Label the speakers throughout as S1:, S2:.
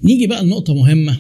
S1: نيجي بقى لنقطة مهمة.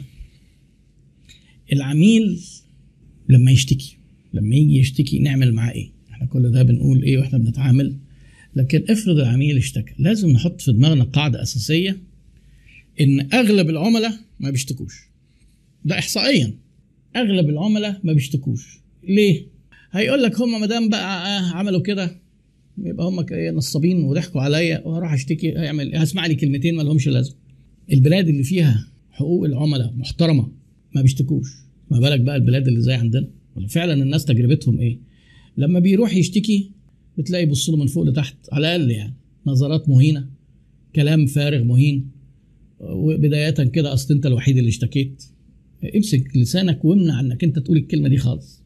S1: العميل لما يجي يشتكي نعمل معاه ايه؟ احنا كل ده بنقول ايه واحنا بنتعامل، لكن افرض العميل اشتكى، لازم نحط في دماغنا قاعدة أساسية ان اغلب العملاء ما بيشتكوش. ده احصائيا اغلب العملاء ما بيشتكوش. ليه؟ هيقول لك هم مدام بقى عملوا كده يبقى هم نصابين وضحكوا عليا وهروح اشتكي، هسمع لي كلمتين ما لهمش لازمه. البلاد اللي فيها حقوق العملاء محترمه ما بيشتكوش، ما بالك بقى البلاد اللي زي عندنا. فعلا الناس تجربتهم ايه؟ لما بيروح يشتكي بتلاقي يبصوا له من فوق لتحت على الاقل، يعني نظرات مهينه، كلام فارغ مهين، وبدايه كده اصل انت الوحيد اللي اشتكيت. امسك لسانك وامنع انك انت تقول الكلمه دي خالص.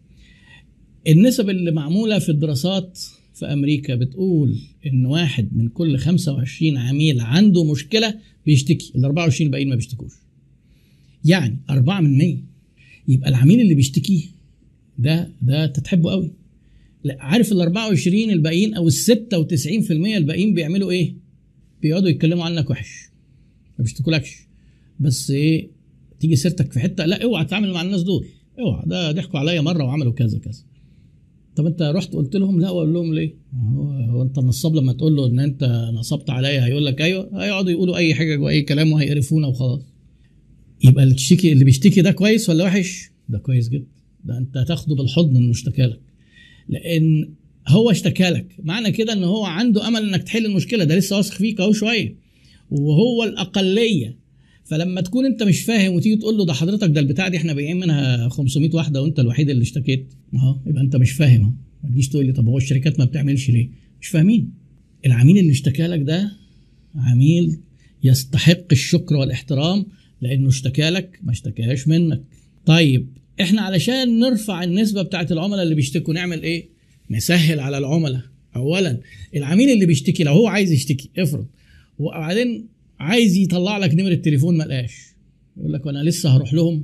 S1: النسب اللي معموله في الدراسات في امريكا بتقول ان 1 من كل 25 عميل عنده مشكله بيشتكي، ال 24 الباقيين ما بيشتكوش. يعني 4 من 100. يبقى العميل اللي بيشتكي ده تتحبه قوي. لا عارف ال 24 الباقيين او ال 96% الباقيين بيعملوا ايه؟ بيقعدوا يتكلموا عنك وحش، ما بيشتكولكش، بس ايه تيجي سيرتك في حته لا اوعى تتعامل مع الناس دول، اوعى ده ضحكوا عليا مره وعملوا كذا كذا. طب انت رحت قلت لهم لا؟ واقول لهم ليه؟ هو انت النصاب لما تقول له ان انت نصبت عليا هيقول لك ايوه؟ هيقعدوا يقولوا اي حاجه واي كلام وهيقرفونا وخلاص. يبقى اللي بيشتكي ده كويس ولا وحش؟ ده كويس جدا، ده انت تاخده بالحضن انه اشتكالك، لان هو اشتكالك معنى كده ان هو عنده امل انك تحل المشكله، ده لسه واثق فيك اهو شويه، وهو الاقليه. فلما تكون انت مش فاهم وتيجي تقول له ده حضرتك ده البتاع دي احنا بايعين منها 500 واحده وانت الوحيد اللي اشتكيت، اهو يبقى انت مش فاهم اهو. ما تجيش تقول لي طب هو الشركات ما بتعملش ليه؟ مش فاهمين. العميل اللي اشتكالك ده عميل يستحق الشكر والاحترام لانه اشتكالك ما اشتكاش منك. طيب احنا علشان نرفع النسبه بتاعت العملاء اللي بيشتكوا نعمل ايه؟ نسهل على العملاء. اولا العميل اللي بيشتكي لو هو عايز يشتكي افرض وبعدين عايز يطلع لك نمرة التليفون ما لقاش، يقول لك وانا لسه هروح لهم.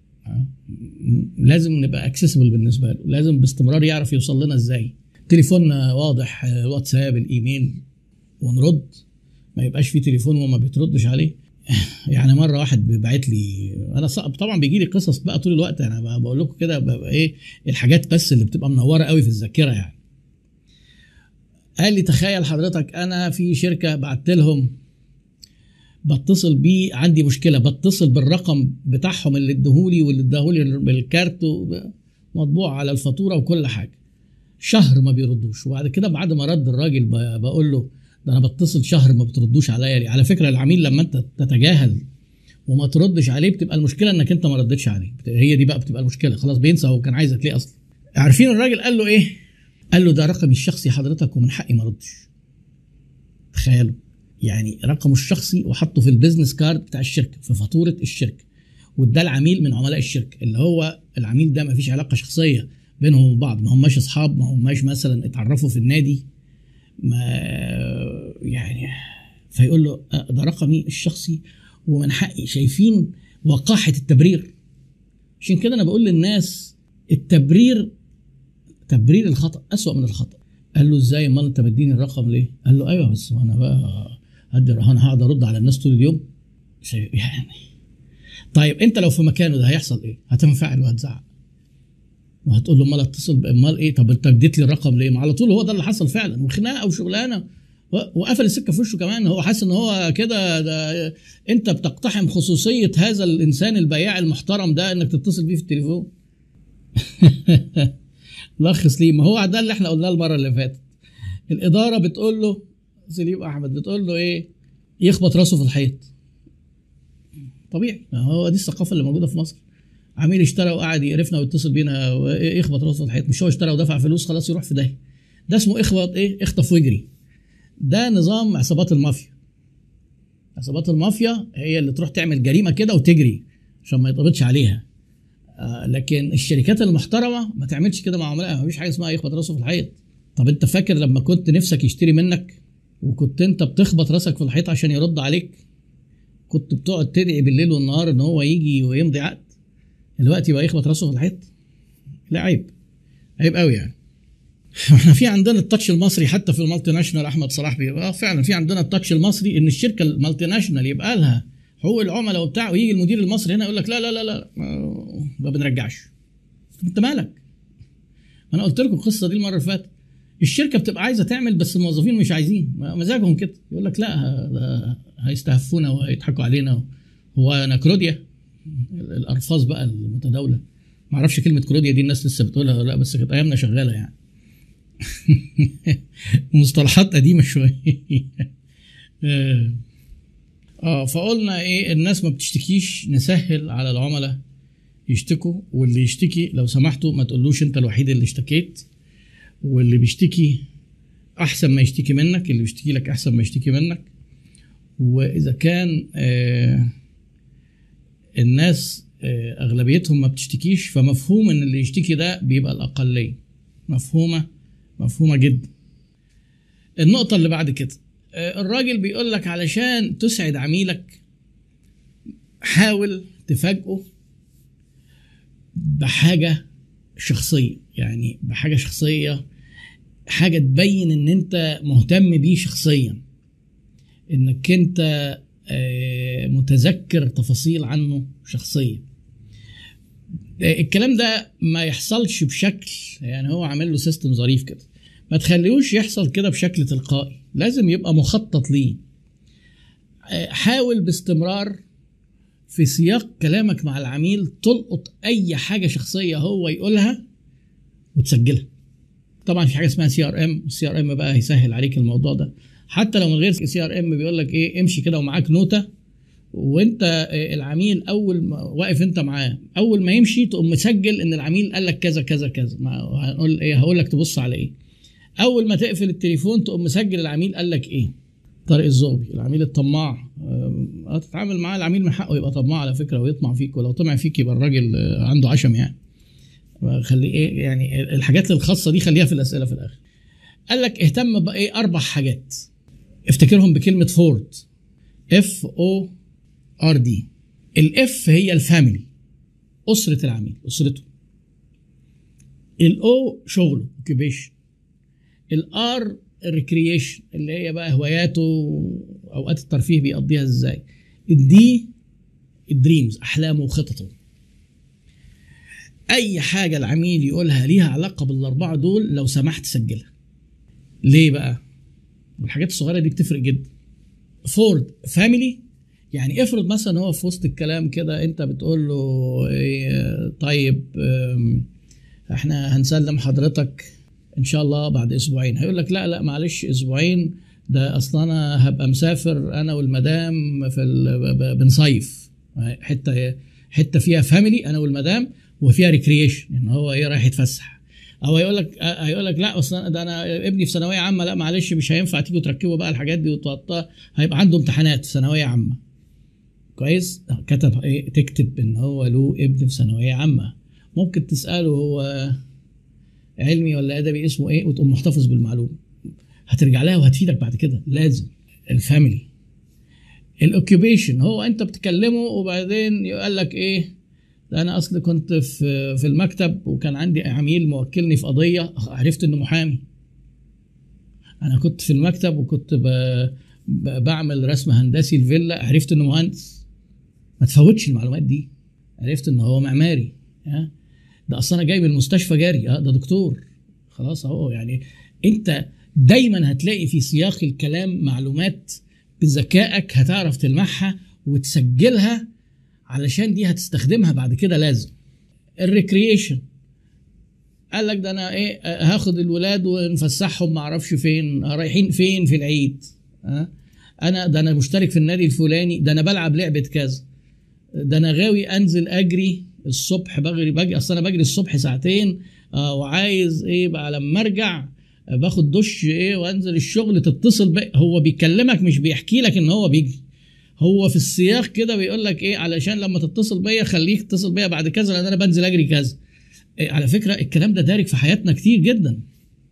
S1: لازم نبقى اكسسبل بالنسبه له، لازم باستمرار يعرف يوصل لنا ازاي. تليفوننا واضح، الواتساب، الايميل، ونرد. ما يبقاش في تليفون وما بيتردش عليه. يعني مره واحد بعت لي، انا طبعا بيجي لي قصص بقى طول الوقت، انا بقول لكم كده بقى ايه الحاجات بس اللي بتبقى منوره قوي في الذاكره. يعني قال لي تخيل حضرتك انا في شركه بعت لهم، بتصل بيه عندي مشكله، بتصل بالرقم بتاعهم اللي ادهولي واللي اداهولي بالكارت مطبوع على الفاتوره وكل حاجه، شهر ما بيردوش. وبعد كده بعد ما رد الراجل بقول له ده انا بتصل شهر ما بتردوش عليا ليه؟ على فكره العميل لما انت تتجاهل وما تردش عليه بتبقى المشكله انك انت ما ردتش عليه، هي دي بقى بتبقى المشكله. خلاص بينسى هو كان عايزك ليه اصلا. عارفين الراجل قال له ايه؟ قال له ده رقمي الشخصي حضرتك ومن حقي ما اردش. تخيلوا، يعني رقمه الشخصي وحطه في البيزنس كارد بتاع الشركه في فاتوره الشركه، وده العميل من عملاء الشركه، اللي هو العميل ده ما فيش علاقه شخصيه بينهم وبين بعض، ما هماش اصحاب، ما هماش مثلا اتعرفوا في النادي، ما يعني. فيقول له ده رقمي الشخصي ومن حقي. شايفين وقاحه التبرير؟ عشان كده انا بقول للناس تبرير الخطا اسوأ من الخطا. قال له ازاي؟ امال انت مديني الرقم ليه؟ قال له ايوه بس انا بقى انا هقعد ارد على الناس طول اليوم يعني. طيب انت لو في مكانه ده هيحصل ايه؟ هتنفعل وهتزعق وهتقول له امال اتصل امال ايه؟ طب انت اديت لي الرقم ليه؟ ما على طول هو ده اللي حصل فعلا، وخناقه وشغلانه، وقفل السكه في وشه كمان. هو حاسس ان هو كده انت بتقتحم خصوصيه هذا الانسان البياع المحترم ده انك تتصل بيه في التليفون. لخص ليه؟ ما هو ده اللي احنا قلناه المره اللي فاتت. الاداره بتقول له، سليم احمد بتقول له ايه؟ يخبط راسه في الحيط. طبيعي، هو دي الثقافه اللي موجوده في مصر. عميل اشترى وقعد يقرفنا ويتصل بينا يخبط راسه في الحيط. مش هو اشترى ودفع فلوس خلاص يروح في داهيه؟ ده اسمه اخطف واجري. ده نظام عصابات المافيا. عصابات المافيا هي اللي تروح تعمل جريمه كده وتجري عشان ما يتقبضش عليها. لكن الشركات المحترمه ما تعملش كده مع عملائها، مفيش حاجه اسمها يخبط راسه في الحيط. طب انت فاكر لما كنت نفسك يشتري منك وكنت انت بتخبط راسك في الحيط عشان يرد عليك، كنت بتقعد تدعي بالليل والنهار ان هو يجي ويمضي عقد؟ دلوقتي بقى يخبط راسه في الحيط؟ لا عيب قوي يعني. احنا في عندنا التاتش المصري حتى في المالتي ناشونال. احمد صلاح بيبقى فعلا في عندنا التاتش المصري ان الشركه المالتي ناشونال يبقى لها حقوق العملاء وبتاع، ويجي المدير المصري هنا يقول لك لا لا لا لا ما بنرجعش. انت مالك؟ انا قلت لكم القصه دي المره اللي فاتت. الشركه بتبقى عايزه تعمل بس الموظفين مش عايزين، مزاجهم كده، يقول لك لا هيستهفونا وهيضحكوا علينا. هو انا كروديا الارفاظ بقى المتداوله، ما اعرفش كلمه كروديا دي الناس لسه بتقولها ولا لا، بس كانت ايامنا شغاله يعني. مصطلحات قديمه شويه. فقلنا ايه، الناس ما بتشتكيش، نسهل على العملاء يشتكوا، واللي يشتكي لو سمحتوا ما تقولوش انت الوحيد اللي اشتكيت، واللي بيشتكي احسن ما يشتكي منك، اللي بيشتكي لك احسن ما يشتكي منك. واذا كان الناس اغلبيتهم ما بتشتكيش، فمفهوم ان اللي يشتكي ده بيبقى الاقليه، مفهومه جدا. النقطه اللي بعد كده، الراجل بيقول لك علشان تسعد عميلك حاول تفاجئه بحاجه شخصيه، يعني بحاجه شخصيه، حاجه تبين ان انت مهتم بيه شخصيا، انك انت متذكر تفاصيل عنه شخصيا. الكلام ده ما يحصلش بشكل، يعني هو عامل له سيستم ظريف كده، ما تخليهوش يحصل كده بشكل تلقائي، لازم يبقى مخطط ليه. حاول باستمرار في سياق كلامك مع العميل تلقط اي حاجه شخصيه هو يقولها وتسجلها. طبعا في حاجه اسمها CRM، والCRM بقى هيسهل عليك الموضوع ده. حتى لو من غير CRM بيقول لك ايه، امشي كده ومعاك نوتة، وانت العميل اول ما واقف انت معاه، اول ما يمشي تقوم مسجل ان العميل قال لك كذا كذا كذا. هنقول ايه، هقول لك تبص على ايه. اول ما تقفل التليفون تقوم مسجل العميل قال لك ايه. طارق الزغبي، العميل الطماع، تتعامل معاه، العميل من حقه يبقى طماع على فكره ويطمع فيك، ولو طمع فيك يبقى الراجل عنده عشم يعني. خلي ايه يعني الحاجات الخاصه دي خليها في الاسئله في الاخر. قال لك اهتم بايه 4 حاجات افتكرهم بكلمه فورد، FORD. الاف هي الفاميلي، اسره العميل، اسرته. الاو شغله اوكيبيشن. الار الريكرييشن اللي هي بقى هواياته، اوقات الترفيه بيقضيها ازاي. الدي الدريمز، احلامه وخططه. اي حاجه العميل يقولها ليها علاقه بالاربعه دول لو سمحت سجلها. ليه بقى؟ والحاجات الصغيره دي بتفرق جدا. فورد فاميلي، يعني افرض مثلا هو في وسط الكلام كده انت بتقول له إيه، طيب احنا هنسلم حضرتك ان شاء الله بعد اسبوعين. هيقول لك لا معلش اسبوعين، ده اصلا انا هبقى مسافر انا والمدام بنصيف حته فيها فاميلي انا والمدام، وفيها ريكرييشن ان هو ايه رايح يتفسح. او هيقول لك لا اصلا ده انا ابني في ثانويه عامه، لا معلش مش هينفع تيجوا تركبوا بقى الحاجات دي وتوطها، هيبقى عنده امتحانات في ثانويه عامه. كويس، كتب ايه، تكتب ان هو له ابن في ثانويه عامه. ممكن تساله هو علمي ولا ادبي، اسمه ايه، وتقوم محتفظ بالمعلومه، هترجع لها وهتفيدك بعد كده. لازم الفاميلي. الاوكيبيشن، هو انت بتكلمه وبعدين يقول لك ايه، ده انا اصل كنت في المكتب وكان عندي عميل موكلني في قضيه، عرفت انه محامي. انا كنت في المكتب وكنت بعمل رسم هندسي الفيلا، عرفت انه مهندس. ما تفوتش المعلومات دي، عرفت انه هو معماري. ده اصلا انا جاي من المستشفى جاري، ده دكتور. خلاص اهو. يعني انت دايما هتلاقي في سياق الكلام معلومات بذكائك هتعرف تلمحها وتسجلها، علشان دي هتستخدمها بعد كده. لازم. الريكرييشن، قال لك ده انا ايه، هاخد الولاد ونفسحهم ما اعرفش فين، رايحين فين في العيد. ده انا مشترك في النادي الفلاني، ده انا بلعب لعبه كذا، ده انا غاوي انزل اجري الصبح، باجي اصل انا بجري الصبح ساعتين، وعايز ايه بقى لما ارجع باخد دش ايه وانزل الشغل، تتصل بقى. هو بيكلمك مش بيحكي لك ان هو بيجري، هو في السياق كده بيقول لك ايه، علشان لما تتصل بيا خليك تتصل بيا بعد كذا لان انا بنزل اجري كذا. على فكره الكلام ده دارج في حياتنا كتير جدا.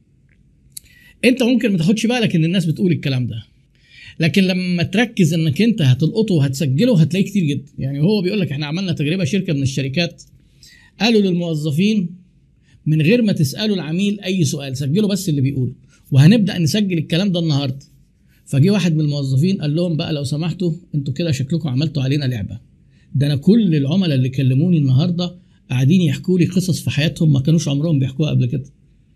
S1: انت ممكن ما تاخدش بالك ان الناس بتقول الكلام ده، لكن لما تركز انك انت هتلقطه وهتسجله هتلاقيه كتير جدا. يعني هو بيقول لك احنا عملنا تجربه، شركه من الشركات قالوا للموظفين من غير ما تسالوا العميل اي سؤال، سجلوا بس اللي بيقوله، وهنبدا نسجل الكلام ده النهارده. فجي واحد من الموظفين قال لهم بقى لو سمحتوا انتوا كده شكلكم عملتوا علينا لعبه، ده انا كل العملاء اللي كلموني النهارده قاعدين يحكوا لي قصص في حياتهم ما كانوش عمرهم بيحكوها قبل كده.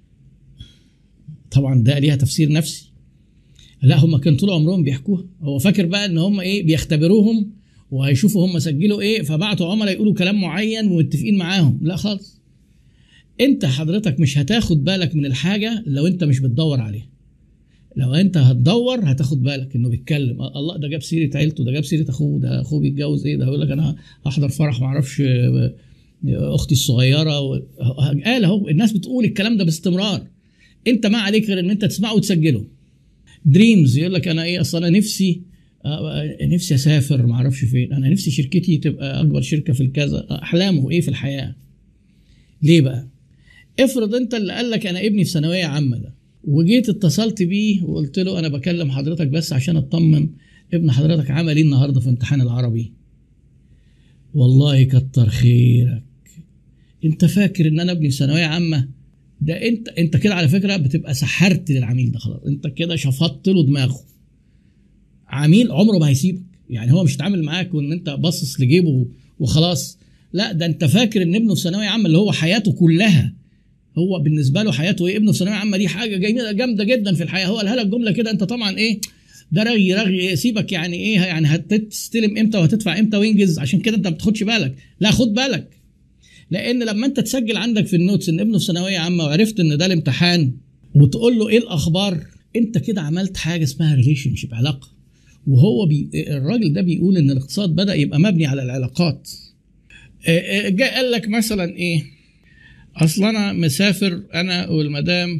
S1: طبعا ده ليها تفسير نفسي، لا هم كانوا طول عمرهم بيحكوها، هو فاكر بقى ان هم ايه بيختبروهم وهيشوفوا هم سجلوا ايه فبعتوا عملاء يقولوا كلام معين ومتفقين معاهم. لا خالص، انت حضرتك مش هتاخد بالك من الحاجه لو انت مش بتدور عليها. لو انت هتدور هتاخد بالك انه بيتكلم الله ده جاب سيره عيلته، ده جاب سيره اخوه، ده اخوه بيتجوز ايه، ده هيقول لك انا هحضر فرح ما اعرفش اختي الصغيره قال اهو. الناس بتقول الكلام ده باستمرار، انت ما عليك غير ان انت تسمعه وتسجله. دريمز يقول لك انا ايه اصلا انا نفسي اسافر ما اعرفش فين، انا نفسي شركتي تبقى اكبر شركه في الكذا. احلامه ايه في الحياه؟ ليه بقى؟ افرض انت اللي قال لك انا ابني في ثانويه عامه ده، وجيت اتصلت بيه وقلت له انا بكلم حضرتك بس عشان اطمن ابن حضرتك عمل ايه النهارده في امتحان العربي. والله كتر خيرك، انت فاكر ان انا ابني في ثانويه عامه؟ ده انت كده على فكره بتبقى سحرت للعميل ده، خلاص انت كده شفطت له دماغه. عميل عمره ما هيسيبك، يعني هو مش هيتعامل معاك وان انت باصص لجيبه وخلاص، لا ده انت فاكر ان ابنه في ثانويه عامه اللي هو حياته كلها، هو بالنسبه له حياته ايه؟ ابنه في ثانويه عامه دي حاجه جامده جدا في الحياه. هو قالها لك جمله كده انت طبعا ايه ده رغي إيه سيبك، يعني ايه يعني هتستلم امتى وهتدفع امتى وينجز، عشان كده انت ما بتاخدش بالك. لا خد بالك، لان لما انت تسجل عندك في النوتس ان ابنه في ثانويه عامه وعرفت ان ده الامتحان وتقول له ايه الاخبار، انت كده عملت حاجه اسمها ريليشن شيب، علاقه. وهو الراجل ده بيقول ان الاقتصاد بدا يبقى مبني على العلاقات. جاء قال لك مثلا ايه، اصلا انا مسافر انا والمدام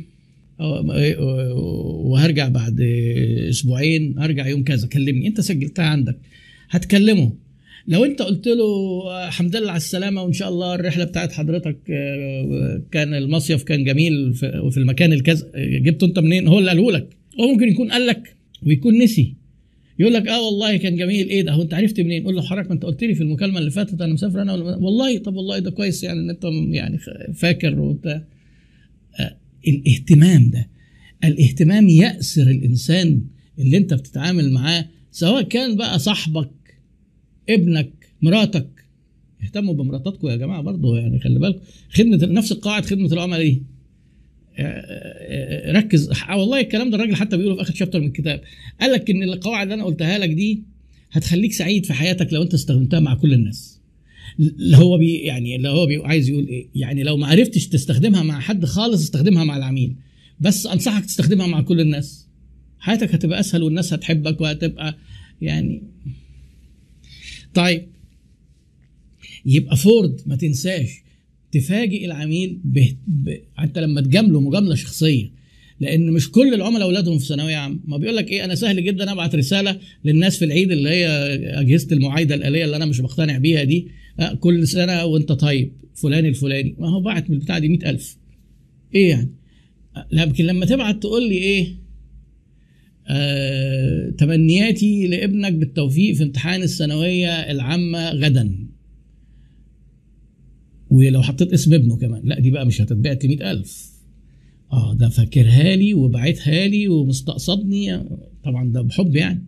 S1: وهرجع بعد اسبوعين، هرجع يوم كذا، كلمني. انت سجلتها عندك، هتكلمه. لو انت قلت له الحمد لله على السلامه وان شاء الله الرحله بتاعت حضرتك كان المصيف كان جميل وفي المكان الكذا، جبته انت منين؟ هو اللي قاله لك. هو ممكن يكون قال لك ويكون نسي، يقول لك والله كان جميل. ايه ده؟ هو انت عرفت منين؟ قول له حضرتك ما انت قلت لي في المكالمه اللي فاتت انا مسافر انا والله. طب والله ده كويس يعني ان انت يعني فاكر وبتاع. الاهتمام ده، الاهتمام يأسر الانسان اللي انت بتتعامل معاه، سواء كان بقى صاحبك، ابنك، مراتك. اهتموا بمراتاتكم يا جماعه برضه، يعني خلي بالكم. خدمه نفس القواعد خدمه العملاء دي، ركز. والله الكلام ده الراجل حتى بيقوله في اخر شابتر من الكتاب، قال لك ان القواعد اللي انا قلتها لك دي هتخليك سعيد في حياتك لو انت استخدمتها مع كل الناس. اللي هو عايز يقول ايه؟ يعني لو ما عرفتش تستخدمها مع حد خالص استخدمها مع العميل، بس انصحك تستخدمها مع كل الناس. حياتك هتبقى اسهل والناس هتحبك وهتبقى يعني. طيب يبقى فورد ما تنساش تفاجئ العميل انت لما تجامله مجامله شخصيه، لان مش كل العملاء اولادهم في ثانويه عامه. ما بيقول لك ايه، انا سهل جدا ابعت رساله للناس في العيد اللي هي اجهزه المعايده الاليه اللي انا مش مقتنع بيها دي، كل سنه وانت طيب فلان الفلاني، ما هو بعت من البتاع دي 100,000 ايه يعني. لكن لما تبعت تقول لي ايه تمنياتي لابنك بالتوفيق في امتحان الثانويه العامه غدا، ولو حطيت اسم ابنه كمان، لا دي بقى مش هتتبعت ل 100,000. ده فاكرها لي وبعتها لي ومستقصدني، طبعا ده بحب يعني.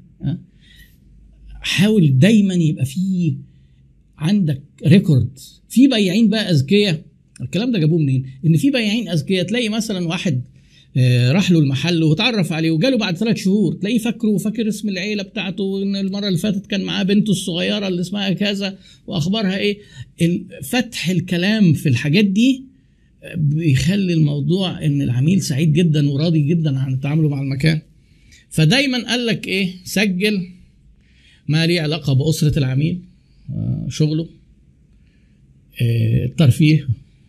S1: حاول دايما يبقى فيه عندك ريكورد. في بياعين بقى اذكياء، الكلام ده جابوه منين؟ ان في بياعين اذكياء تلاقي مثلا واحد راح له المحل وتعرف عليه وجاله بعد 3 شهور، تلاقيه فاكره وفاكر اسم العيله بتاعته، ان المره اللي فاتت كان معاه بنته الصغيره اللي اسمها كذا واخبارها ايه. فتح الكلام في الحاجات دي بيخلي الموضوع ان العميل سعيد جدا وراضي جدا عن تعامله مع المكان. فدايما قال لك ايه، سجل ما ليه علاقه باسره العميل، شغله، الترفيه،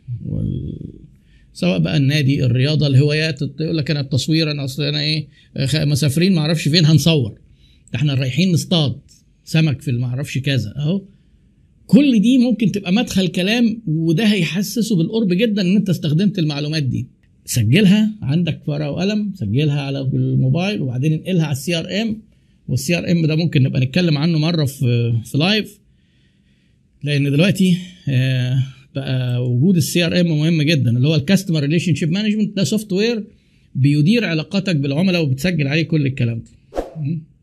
S1: سواء بقى النادي، الرياضه، الهوايات. يقول لك انا التصوير، انا اصل انا ايه مسافرين ما اعرفش فين هنصور، احنا رايحين نصطاد سمك في ما اعرفش كذا اهو. كل دي ممكن تبقى مدخل كلام، وده هيحسسه بالقرب جدا ان انت استخدمت المعلومات دي. سجلها عندك ورقه وقلم، سجلها على الموبايل، وبعدين انقلها على CRM. والCRM ده ممكن نبقى نتكلم عنه مره في لايف، لان دلوقتي بقى وجود CRM مهم جدا، اللي هو الكاستمر ريليشن شيب مانجمنت. ده سوفت وير بيدير علاقاتك بالعملاء وبتسجل عليه كل الكلام ده. مم.